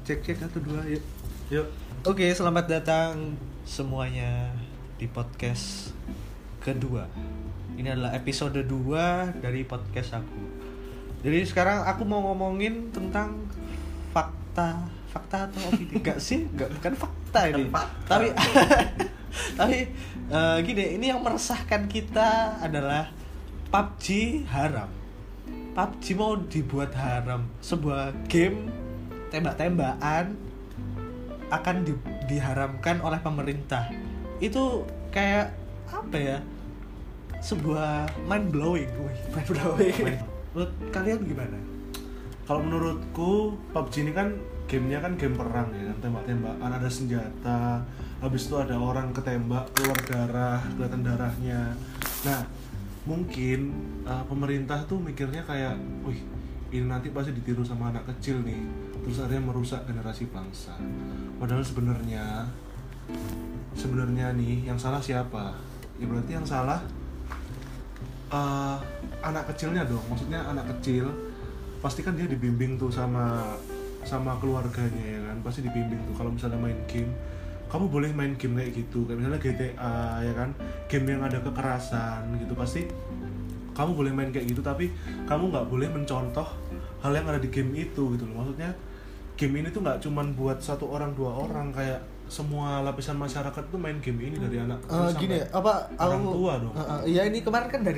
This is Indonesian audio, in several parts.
cek 1 2 yuk. Yuk. Oke, selamat datang semuanya di podcast kedua. Ini adalah episode 2 dari podcast aku. Jadi sekarang aku mau ngomongin tentang fakta atau opini. Enggak sih, bukan fakta ini. Tapi gini, ini yang meresahkan kita adalah PUBG haram. PUBG mau dibuat haram. Sebuah game tembak-tembakan akan diharamkan oleh pemerintah. Itu kayak apa ya? Sebuah mind blowing. Menurut kalian gimana? Kalau menurutku PUBG ini kan gamenya kan game perang ya kan, tembak-tembakan, ada senjata, habis itu ada orang ketembak, keluar darah, kelihatan darahnya. Nah, mungkin pemerintah tuh mikirnya kayak, wih, ini nanti pasti ditiru sama anak kecil nih, terus akhirnya merusak generasi bangsa. Padahal sebenarnya nih yang salah siapa? Ya berarti yang salah anak kecilnya dong. Maksudnya anak kecil pasti kan dia dibimbing tuh sama keluarganya ya kan, pasti dibimbing tuh kalau misalnya main game, kamu boleh main game kayak gitu, kayak misalnya GTA ya kan, game yang ada kekerasan gitu, pasti kamu boleh main kayak gitu, tapi kamu nggak boleh mencontoh hal yang ada di game itu gitu loh. Maksudnya game ini tuh nggak cuman buat 1 orang 2 orang, kayak semua lapisan masyarakat tuh main game ini dari anak kecil gini sampai orang tua dong. Iya, ini kemarin kan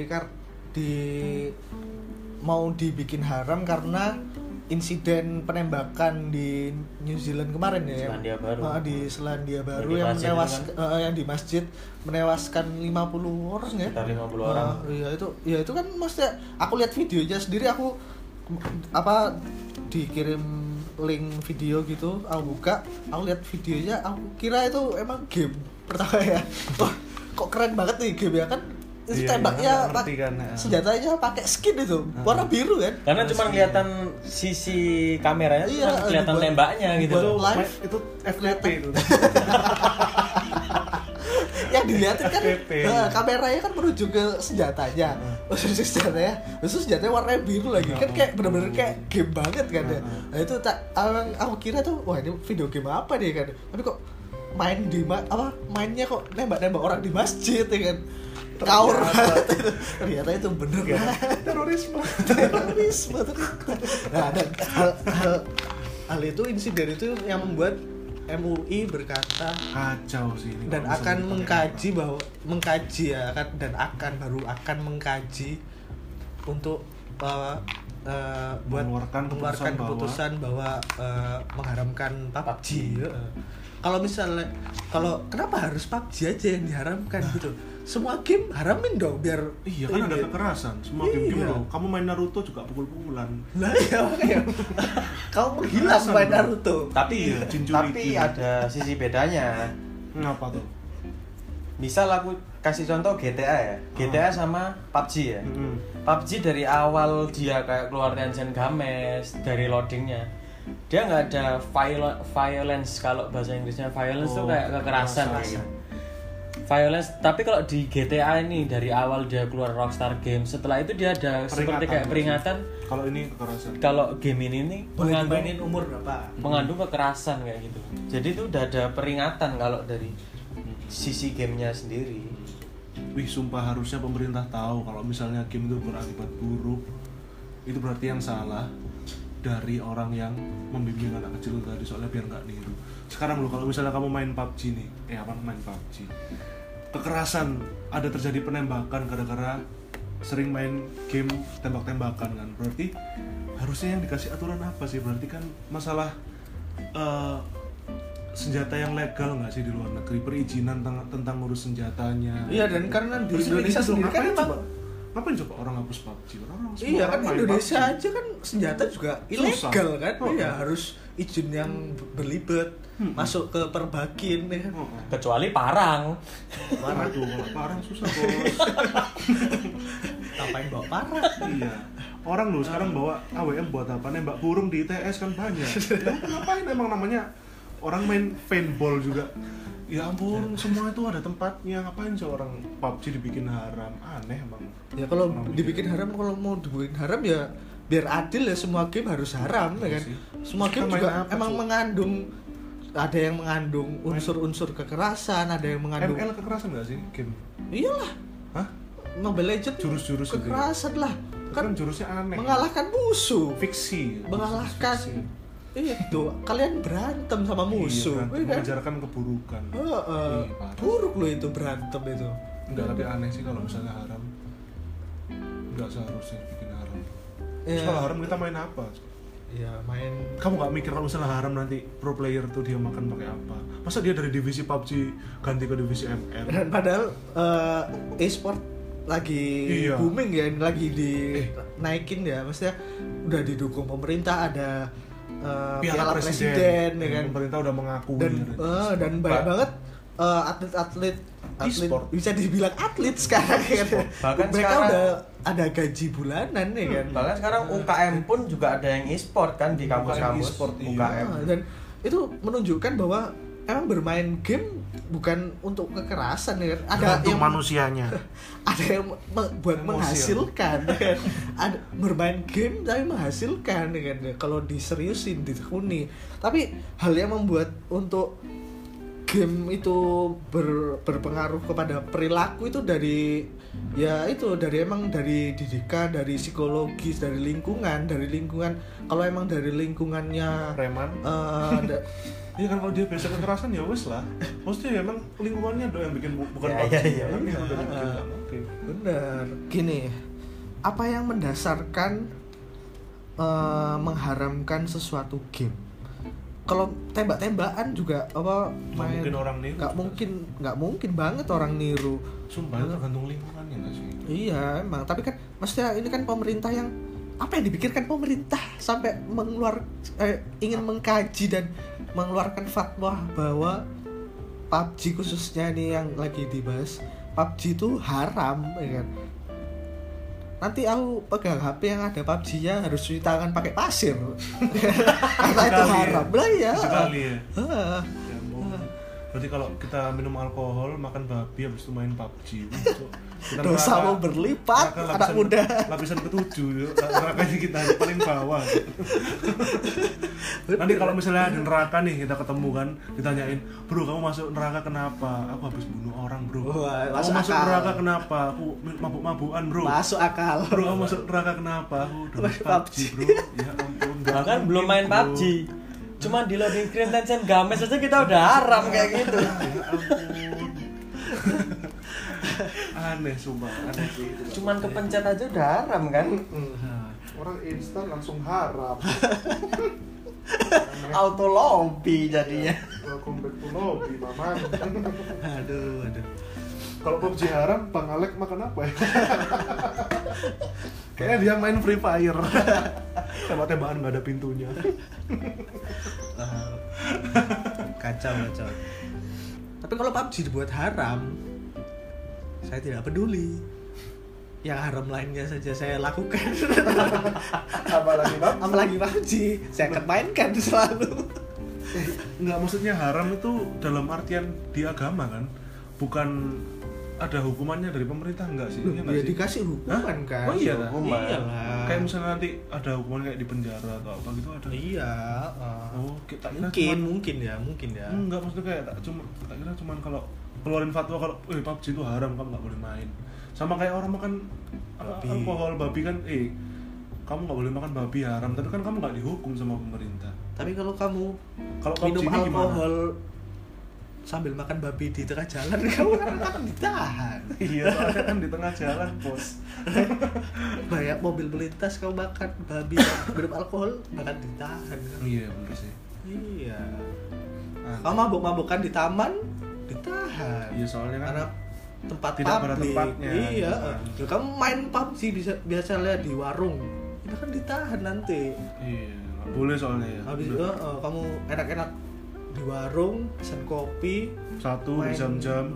mau dibikin haram karena insiden penembakan di New Zealand kemarin ya, Selandia Baru. Di Selandia Baru yang yang di masjid menewaskan 50 orang ya. Sekitar 50 orang. Itu kan maksudnya aku lihat videonya sendiri, aku dikirim link video gitu, aku buka, aku lihat videonya, aku kira itu emang game pertama ya. Wah, kok keren banget nih game ya kan. Itu tembaknya kan, senjatanya pakai skin itu warna biru kan, karena cuma kelihatan sisi kameranya, kelihatan tembaknya gitu. Itu FTP itu. Yang dilihatin kan kameranya kan menuju ke senjatanya, senjatanya warna biru lagi kan, kayak bener-bener kayak game banget kan ya. Nah itu aku kira tuh, wah ini video game apa nih kan, tapi kok mainnya kok nembak-nembak orang di masjid ya kan. Kaur ternyata itu bener kan, terorisme ternyata. Nah, dan hal itu, insiden itu yang membuat MUI berkata kacau sih ini, dan akan mengkaji untuk buat mengeluarkan keputusan bahwa mengharamkan PUBG. Kalau kenapa harus PUBG aja yang diharamkan gitu? Semua game haramin dong biar kan ada kekerasan. Semua game loh. Kamu main Naruto juga pukul-pukulan. Lah ya makanya. Kamu menghilang main Naruto. Tapi ada sisi bedanya. Ngapa tuh? Misal aku kasih contoh GTA ya. GTA sama PUBG ya. PUBG dari awal dia kayak keluar Tengen Games, dari loadingnya dia nggak ada violence. Kalau bahasa Inggrisnya violence tuh kayak kekerasan gitu. Violence. Tapi kalau di GTA ini dari awal dia keluar Rockstar Games, setelah itu dia ada seperti kayak peringatan. Kalau ini kekerasan. Kalau game ini mengandung umur berapa? Mengandung kekerasan kayak gitu. Jadi itu udah ada peringatan kalau dari sisi gamenya sendiri. Wih, sumpah harusnya pemerintah tahu kalau misalnya game itu berakibat buruk, itu berarti yang salah dari orang yang membimbing anak kecil tadi, soalnya biar nggak niru. Sekarang loh, kalau misalnya kamu main PUBG nih, main PUBG, kekerasan, ada terjadi penembakan gara-gara sering main game tembak-tembakan kan, berarti harusnya yang dikasih aturan apa sih? Berarti kan masalah senjata yang legal nggak sih di luar negeri, perizinan tentang ngurus senjatanya. Iya, dan karena di Indonesia sendiri kan emang ngapain coba orang hapus PUBG? Iya kan, Indonesia PUBG aja kan senjata juga ilegal kan. Iya, harus izin yang berlibat, masuk ke perbakin ya. Kecuali parang. Tuh, parang susah bos. Ngapain bawa parang? Iya. Orang loh sekarang bawa AWM buat apa? Nembak burung di ITS kan banyak. Ngapain emang namanya? Orang main paintball juga. Ya ampun, semua itu ada tempatnya. Ngapain sih orang PUBG dibikin haram? Aneh emang. Ya kalau dibikin haram, kalau mau dibikin haram ya biar adil ya semua game harus haram ya kan. Semua game juga emang mengandung, ada yang mengandung unsur-unsur kekerasan, ada yang mengandung ML kekerasan nggak sih game? Iyalah. Hah? Mobile Legends jurus-jurus kekerasan gitu ya? Lah kan jurusnya aneh, mengalahkan musuh, fiksi, mengalahkan itu kalian berantem sama musuh, mengajarkan keburukan. Buruk loh itu berantem itu. Enggak, tapi aneh sih kalau misalnya haram. Enggak seharusnya bikin haram. Kalau haram kita main apa? Ya main. Kamu nggak mikir kalau misalnya haram nanti pro player tuh dia makan pakai apa? Masa dia dari divisi PUBG ganti ke divisi ML? Dan padahal e-sport lagi booming ya, lagi dinaikin ya, maksudnya udah didukung pemerintah, ada piala presiden ya kan, pemerintah udah mengakui dan banyak banget atlet e-sport, bisa dibilang atlet sekarang ya kan. Bahkan mereka sekarang udah ada gaji bulanan ya kan. Bahkan sekarang UKM pun juga ada yang e-sport kan di kampus-kampus UKM. Dan itu menunjukkan bahwa emang bermain game bukan untuk kekerasan ya kan. Ada untuk yang manusianya. Ada yang buat menghasilkan ya kan. Ada bermain game tapi menghasilkan ya kan. Kalau diseriusin, ditekuni. Tapi hal yang membuat untuk game itu berpengaruh kepada perilaku itu dari emang dari didikan, dari psikologis, dari lingkungan. Kalau emang dari lingkungannya preman, iya kan, kalau dia biasa kekerasan ya wes lah. Maksudnya ya emang lingkungannya doang yang bikin, bukan PUBG. Bener. Gini, apa yang mendasarkan mengharamkan sesuatu game? Kalau tembak-tembakan juga apa main, mungkin orang niru. Nggak mungkin banget orang niru. Sumpah itu tergantung lingkungannya nggak sih? Iya emang, tapi kan maksudnya ini kan pemerintah yang apa yang dipikirkan pemerintah sampai ingin mengkaji dan mengeluarkan fatwa bahwa PUBG khususnya ini yang lagi dibahas, PUBG itu haram ya kan. Nanti aku pegang HP yang ada PUBG-nya harus cuci tangan pakai pasir karena itu haram lah ya. Sekali ya. Berarti kalau kita minum alkohol, makan babi, habis itu main PUBG, dosa mau berlipat, anak muda. Lapisan ke-7, nerakanya kita paling bawah. Nanti kalau misalnya di neraka nih, kita ketemu kan, ditanyain, bro kamu masuk neraka kenapa? Aku habis bunuh orang bro. Kamu masuk neraka kenapa? Aku mabuk-mabukan bro. Masuk akal. Bro kamu masuk neraka kenapa? Aku udah main PUBG bro. Ya ampun. Bahkan belum main PUBG. Cuma di loading screen Tencent Games aja kita udah haram kayak gitu. Ya ampun. Aneh sumpah, aneh sih. Cuman kepencet aja udah haram kan? Orang instan langsung haram. Auto lobby jadinya. Welcome back to lobby, Mamang. Aduh. Kalau PUBG haram, Bang Alek makan apa ya? Kayaknya dia main Free Fire. Tembak-tembakan nggak ada pintunya. Kacau. Tapi kalau PUBG dibuat haram, saya tidak peduli. Yang haram lainnya saja saya lakukan. Apalagi PUBG, saya akan mainkan selalu. Nggak, maksudnya haram itu dalam artian di agama kan, bukan ada hukumannya dari pemerintah enggak sih? Ya dikasih hukuman kan. Oh iya, hukuman. Iyalah. Kayak misalnya nanti ada hukuman kayak di penjara atau apa gitu ada. Iya. Oh, kita mungkin ya. Enggak, maksudnya kayak tak kira cuman kalau keluarin fatwa kalau PUBG itu haram, kamu enggak boleh main. Sama kayak orang makan alkohol babi kan, kamu nggak boleh makan babi haram, tapi kan kamu nggak dihukum sama pemerintah. Tapi kalau kamu minum alkohol sambil makan babi di tengah jalan, kamu akan ditahan. Iya, soalnya kan di tengah jalan, bos. Banyak mobil melintas, kamu makan babi, minum alkohol, akan ditahan. Iya, bener sih. Iya. Kamu mabuk-mabukan di taman, ditahan. Iya, soalnya kan karena tempat tidak pada tempatnya. Iya. Ya, kamu main PUBG biasa lihat di warung, itu kan ditahan nanti. Iya, nggak boleh soalnya ya. Habis itu kamu enak-enak di warung, pesen kopi, satu jam-jam.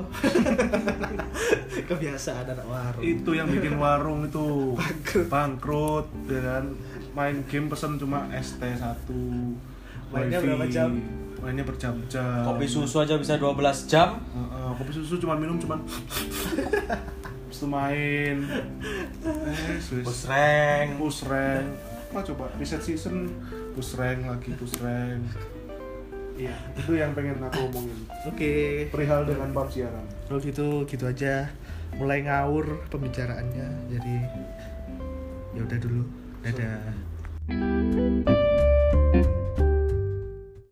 Kebiasaan anak warung. Itu yang bikin warung itu bangkrut, ya kan. Main game pesen cuma ST 1. Mainnya berapa jam? Mainnya berjam-jam. Kopi susu aja bisa 12 jam. Kopi susu cuma minum Terus tuh main push rank. Apa coba reset season push rank lagi push rank. Iya, itu yang pengen aku omongin. Oke. Perihal dengan PUBG sekarang. Kalau gitu aja. Mulai ngawur pembicaraannya. Jadi ya udah dulu. Dadah.